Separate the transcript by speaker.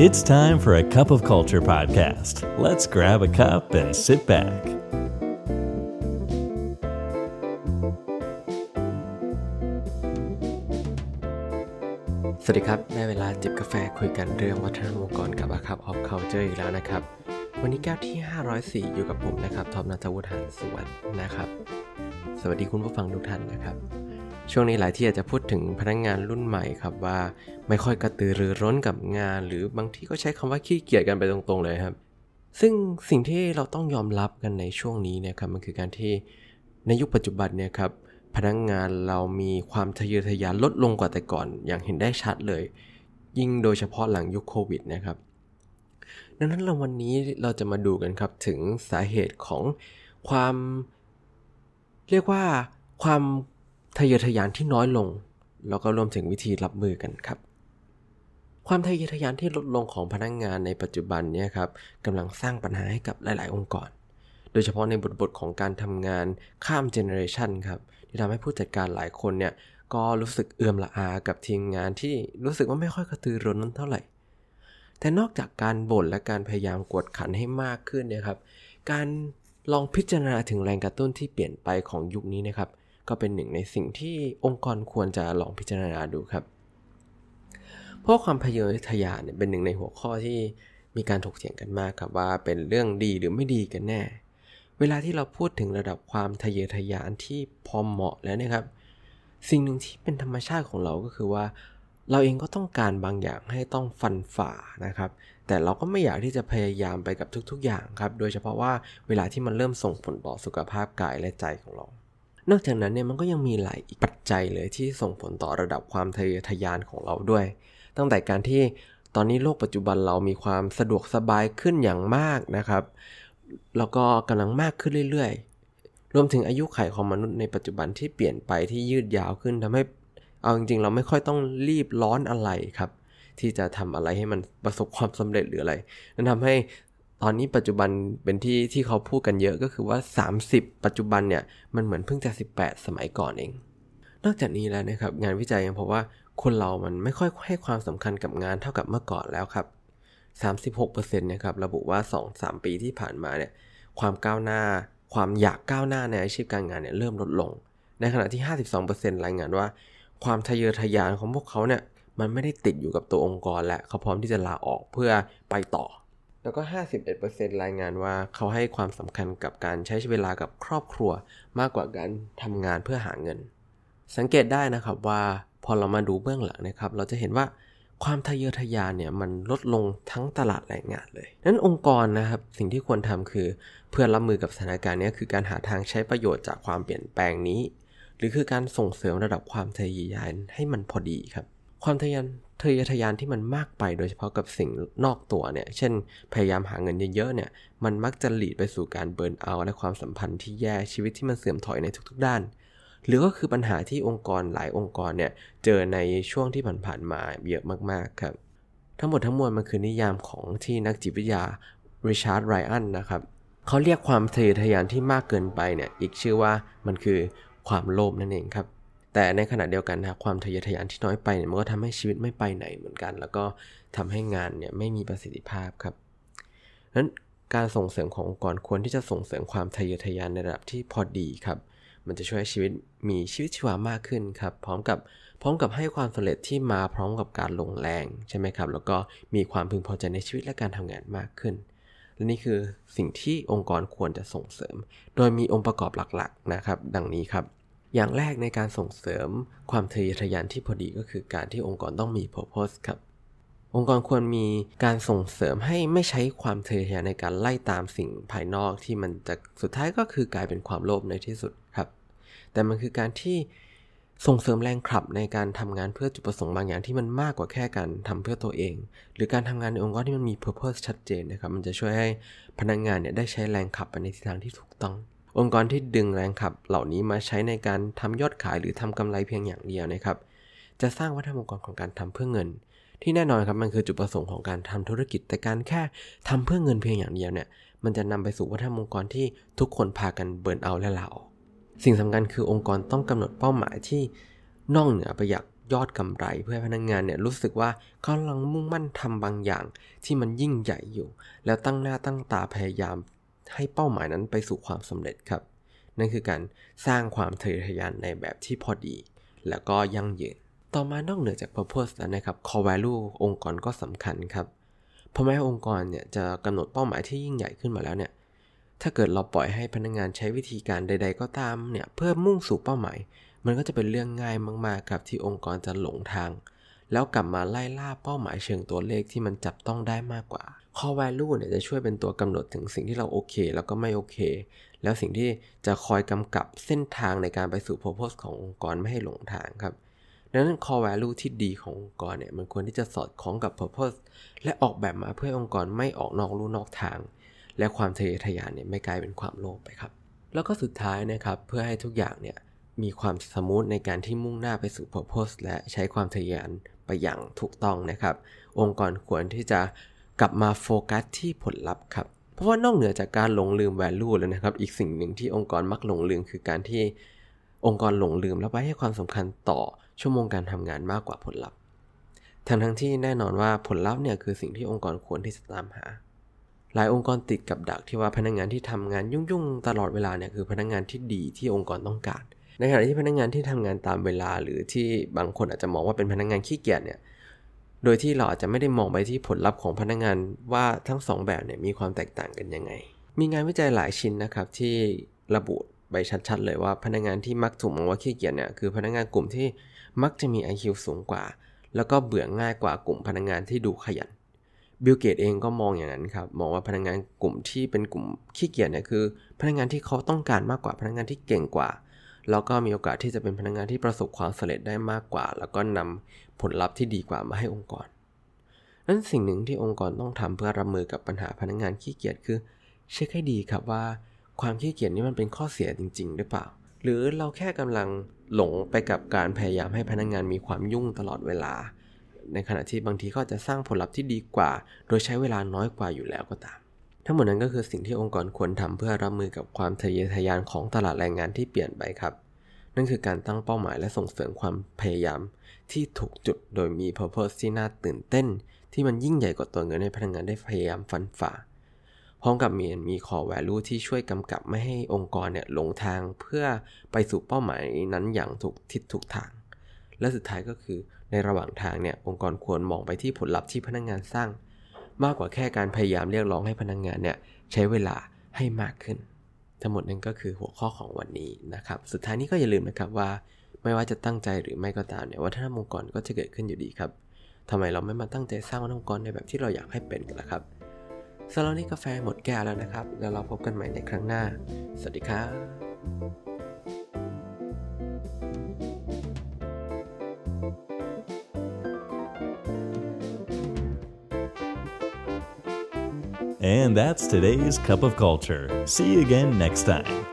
Speaker 1: It's time for a cup of culture podcast. Let's grab a cup and sit back.
Speaker 2: สวัสดีครับได้เวลาจิบกาแฟคุยกันเรื่องวัฒนธรรมองค์กรกับ A Cup of Culture อีกแล้วนะครับวันนี้แก้วที่504อยู่กับผมนะครับท็อปณัฐวุฒิ หาญสุวรรณนะครับสวัสดีคุณผู้ฟังทุกท่านนะครับช่วงนี้หลายที่อาจจะพูดถึงพนักงานรุ่นใหม่ครับว่าไม่ค่อยกระตือรือร้นกับงานหรือบางทีก็ใช้คำว่าขี้เกียจกันไปตรงๆเลยครับซึ่งสิ่งที่เราต้องยอมรับกันในช่วงนี้เนี่ยครับมันคือการที่ในยุคปัจจุบันเนี่ยครับพนักงานเรามีความทะเยอทะยานลดลงกว่าแต่ก่อนอย่างเห็นได้ชัดเลยยิ่งโดยเฉพาะหลังยุคโควิดนะครับดังนั้นวันนี้เราจะมาดูกันครับถึงสาเหตุของความเรียกว่าความทะเยอทะยานที่น้อยลงแล้วก็รวมถึงวิธีรับมือกันครับความทะเยอทะยานที่ลดลงของพนักงานในปัจจุบันเนี่ยครับกำลังสร้างปัญหาให้กับหลายๆองค์กรโดยเฉพาะในบทของการทำงานข้ามเจเนอเรชันครับที่ทำให้ผู้จัดการหลายคนเนี่ยก็รู้สึกเอื่อมละอากับทีมงานที่รู้สึกว่าไม่ค่อยกระตือรือร้นเท่าไหร่แต่นอกจากการบ่นและการพยายามกวดขันให้มากขึ้นเนี่ยครับการลองพิจารณาถึงแรงกระตุ้นที่เปลี่ยนไปของยุคนี้นะครับก็เป็นหนึ่งในสิ่งที่องค์กรควรจะลองพิจารณาดูครับเพราะความทะเยอทะยานเนี่ยเป็นหนึ่งในหัวข้อที่มีการถกเถียงกันมากครับว่าเป็นเรื่องดีหรือไม่ดีกันแน่เวลาที่เราพูดถึงระดับความทะเยอทะยานที่พอเหมาะแล้วนะครับสิ่งหนึ่งที่เป็นธรรมชาติของเราก็คือว่าเราเองก็ต้องการบางอย่างให้ต้องฟันฝ่านะครับแต่เราก็ไม่อยากที่จะพยายามไปกับทุกๆอย่างครับโดยเฉพาะว่าเวลาที่มันเริ่มส่งผลต่อสุขภาพกายและใจของเรานอกจากนั้นเนี่ยมันก็ยังมีหลายปัจจัยเลยที่ส่งผลต่อระดับความทะเยอทะยานของเราด้วยตั้งแต่การที่ตอนนี้โลกปัจจุบันเรามีความสะดวกสบายขึ้นอย่างมากนะครับแล้วก็กำลังมากขึ้นเรื่อยๆรวมถึงอายุขัยของมนุษย์ในปัจจุบันที่เปลี่ยนไปที่ยืดยาวขึ้นทำให้เอาจริงๆเราไม่ค่อยต้องรีบร้อนอะไรครับที่จะทำอะไรให้มันประสบความสำเร็จหรืออะไรนั่นทำให้ตอนนี้ปัจจุบันเป็นที่เขาพูดกันเยอะก็คือว่า30ปัจจุบันเนี่ยมันเหมือนเพิ่งจะ18สมัยก่อนเองนอกจากนี้แล้วนะครับงานวิจัยยังพบว่าคนเรามันไม่ค่อยให้ความสำคัญกับงานเท่ากับเมื่อก่อนแล้วครับ 36% นะครับระบุว่า 2-3 ปีที่ผ่านมาเนี่ยความก้าวหน้าความอยากก้าวหน้าในอาชีพการงานเนี่ยเริ่มลดลงในขณะที่ 52% รายงานว่าความทะเยอทะยานของพวกเขาเนี่ยมันไม่ได้ติดอยู่กับตัวองค์กรและเขาพร้อมที่จะลาออกเพื่อไปต่อแล้วก็ 51% รายงานว่าเขาให้ความสำคัญกับการใช้เวลากับครอบครัวมากกว่าการทำงานเพื่อหาเงินสังเกตได้นะครับว่าพอเรามาดูเบื้องหลังนะครับเราจะเห็นว่าความทะเยอทะยานเนี่ยมันลดลงทั้งตลาดแรงงานเลยนั้นองค์กรนะครับสิ่งที่ควรทำคือเพื่อรับมือกับสถานการณ์นี้คือการหาทางใช้ประโยชน์จากความเปลี่ยนแปลงนี้หรือคือการส่งเสริมระดับความทะเยอทะยานให้มันพอดีครับความทะเยอทะยานที่มันมากไปโดยเฉพาะกับสิ่งนอกตัวเนี่ยเช่นพยายามหาเงินเยอะๆเนี่ยมันมักจะหลีดไปสู่การเบิร์นเอาท์และความสัมพันธ์ที่แย่ชีวิตที่มันเสื่อมถอยในทุกๆด้านหรือก็คือปัญหาที่องค์กรหลายองค์กรเนี่ยเจอในช่วงที่ผ่านๆมาเยอะมากๆครับทั้งหมดทั้งมวลมันคือนิยามของที่นักจิตวิทยาริชาร์ดไรอันนะครับเขาเรียกความทะเยอทะยานที่มากเกินไปเนี่ยอีกชื่อว่ามันคือความโลภนั่นเองครับแต่ในขณะเดียวกันนะความทะเยอทะยานที่น้อยไปเนี่ยมันก็ทำให้ชีวิตไม่ไปไหนเหมือนกันแล้วก็ทำให้งานเนี่ยไม่มีประสิทธิภาพครับนั้นการส่งเสริมขององค์กรควรที่จะส่งเสริมความทะเยอทะยานในระดับที่พอดีครับมันจะช่วยให้ชีวิตมีชีวิตชีวามากขึ้นครับพร้อมกับให้ความสำเร็จที่มาพร้อมกับการลงแรงใช่ไหมครับแล้วก็มีความพึงพอใจในชีวิตและการทำงานมากขึ้นและนี่คือสิ่งที่องค์กรควรจะส่งเสริมโดยมีองค์ประกอบหลักๆนะครับดังนี้ครับอย่างแรกในการส่งเสริมความทะเยอทะยานที่พอดีก็คือการที่องค์กรต้องมี purpose ครับองค์กรควรมีการส่งเสริมให้ไม่ใช้ความทะเยอทะยานในการไล่ตามสิ่งภายนอกที่มันจะสุดท้ายก็คือกลายเป็นความโลภในที่สุดครับแต่มันคือการที่ส่งเสริมแรงขับในการทำงานเพื่อจุดประสงค์บางอย่างที่มันมากกว่าแค่การทำเพื่อตัวเองหรือการทำงานในองค์กรที่มันมี purpose ชัดเจนนะครับมันจะช่วยให้พนักงานเนี่ยได้ใช้แรงขับไปในทิศทางที่ถูกต้ององค์กรที่ดึงแรงขับเหล่านี้มาใช้ในการทำยอดขายหรือทำกำไรเพียงอย่างเดียวนะครับจะสร้างวัฒนธรรมองค์กรของการทำเพื่อเงินที่แน่นอนครับมันคือจุดประสงค์ของการทำธุรกิจแต่การแค่ทำเพื่อเงินเพียงอย่างเดียวเนี่ยมันจะนำไปสู่วัฒนธรรมองค์กรที่ทุกคนพากันเบิร์นเอาท์และลาออกสิ่งสำคัญคือองค์กรต้องกำหนดเป้าหมายที่นอกเหนือไปยอดกำไรเพื่อให้พนักงานเนี่ยรู้สึกว่าเขากำลังมุ่งมั่นทำบางอย่างที่มันยิ่งใหญ่อยู่แล้วตั้งหน้าตั้งตาพยายามให้เป้าหมายนั้นไปสู่ความสำเร็จครับนั่นคือการสร้างความทะเยอทะยานในแบบที่พอดีแล้วก็ยั่งยืนต่อมานอกเหนือจาก purpose แล้วนะครับ core value องค์กรก็สำคัญครับเพราะแม้องค์กรเนี่ยจะกำหนดเป้าหมายที่ยิ่งใหญ่ขึ้นมาแล้วเนี่ยถ้าเกิดเราปล่อยให้พนักงานใช้วิธีการใดๆก็ตามเนี่ยเพื่อมุ่งสู่เป้าหมายมันก็จะเป็นเรื่องง่ายมากๆครับที่องค์กรจะหลงทางแล้วกลับมาไล่ล่าเป้าหมายเชิงตัวเลขที่มันจับต้องได้มากกว่า core value เนี่ยจะช่วยเป็นตัวกำหนดถึงสิ่งที่เราโอเคแล้วก็ไม่โอเคแล้วสิ่งที่จะคอยกำกับเส้นทางในการไปสู่ purpose ขององค์กรไม่ให้หลงทางครับดังนั้น core value ที่ดีขององค์กรเนี่ยมันควรที่จะสอดคล้องกับ purpose และออกแบบมาเพื่อให้องค์กรไม่ออกนอกลู่นอกทางและความทะเยอทะยานเนี่ยไม่กลายเป็นความโลภไปครับแล้วก็สุดท้ายนะครับเพื่อให้ทุกอย่างเนี่ยมีความสมูทในการที่มุ่งหน้าไปสู่ purpose และใช้ความทะเยอทะยานไปอย่างถูกต้องนะครับองค์กรควรที่จะกลับมาโฟกัสที่ผลลัพธ์ครับเพราะว่านอกเหนือจากการหลงลืม value แล้วนะครับอีกสิ่งหนึ่งที่องค์กรมักหลงลืมคือการที่องค์กรหลงลืมและไปให้ความสำคัญต่อชั่วโมงการทำงานมากกว่าผลลัพธ์ทั้งที่แน่นอนว่าผลลัพธ์เนี่ยคือสิ่งที่องค์กรควรที่จะตามหาหลายองค์กรติดกับดักที่ว่าพนักงานที่ทำงานยุ่งๆตลอดเวลาเนี่ยคือพนักงานที่ดีที่องค์กรต้องการในขณะที่พนักงานที่ทำงานตามเวลาหรือที่บางคนอาจจะมองว่าเป็นพนักงานขี้เกียจเนี่ยโดยที่เราอาจจะไม่ได้มองไปที่ผลลัพธ์ของพนักงานว่าทั้งสองแบบเนี่ยมีความแตกต่างกันยังไงมีงานวิจัยหลายชิ้นนะครับที่ระบุไปชัดๆเลยว่าพนักงานที่มักถูกมองว่าขี้เกียจเนี่ยคือพนักงานกลุ่มที่มักจะมี IQ สูงกว่าแล้วก็เบื่อง่ายกว่ากลุ่มพนักงานที่ดูขยันบิลเกตเองก็มองอย่างนั้นครับมองว่าพนักงานกลุ่มที่เป็นกลุ่มขี้เกียจเนี่ยคือพนักงานที่เขาต้องการมากกว่าพนักงานที่เก่งกว่าแล้วก็มีโอกาสที่จะเป็นพนักงานที่ประสบความสำเร็จได้มากกว่าแล้วก็นำผลลัพธ์ที่ดีกว่ามาให้องค์กรนั้นสิ่งหนึ่งที่องค์กรต้องทำเพื่อรับมือกับปัญหาพนักงานขี้เกียจคือเช็คให้ดีครับว่าความขี้เกียจนี่มันเป็นข้อเสียจริงๆหรือเปล่าหรือเราแค่กำลังหลงไปกับการพยายามให้พนักงานมีความยุ่งตลอดเวลาในขณะที่บางทีก็จะสร้างผลลัพธ์ที่ดีกว่าโดยใช้เวลาน้อยกว่าอยู่แล้วก็ตามทั้งหมดนั้นก็คือสิ่งที่องค์กรควรทำเพื่อรับมือกับความทะเยอทะยานของตลาดแรงงานที่เปลี่ยนไปครับนั่นคือการตั้งเป้าหมายและส่งเสริมความพยายามที่ถูกจุดโดยมี purpose ที่น่าตื่นเต้นที่มันยิ่งใหญ่กว่าตัวเงินให้พนักงานได้พยายามฟันฝ่าพร้อมกับมี core value ที่ช่วยกำกับไม่ให้องค์กรเนี่ยหลงทางเพื่อไปสู่เป้าหมายนั้นอย่างถูกทิศถูกทางและสุดท้ายก็คือในระหว่างทางเนี่ยองค์กรควรมองไปที่ผลลัพธ์ที่พนักงานสร้างมากกว่าแค่การพยายามเรียกร้องให้พนักงานเนี่ยใช้เวลาให้มากขึ้นทั้งหมดนั้นก็คือหัวข้อของวันนี้นะครับสุดท้ายนี้ก็อย่าลืมนะครับว่าไม่ว่าจะตั้งใจหรือไม่ก็ตามเนี่ยวัฒนธรรมองค์กรก็จะเกิดขึ้นอยู่ดีครับทำไมเราไม่มาตั้งใจสร้างวัฒนธรรมองค์กรในแบบที่เราอยากให้เป็นกันล่ะครับสำหรับนี้กาแฟหมดแก้วแล้วนะครับแล้วเราพบกันใหม่ในครั้งหน้าสวัสดีครับ
Speaker 1: And that's today's Cup of Culture. See you again next time.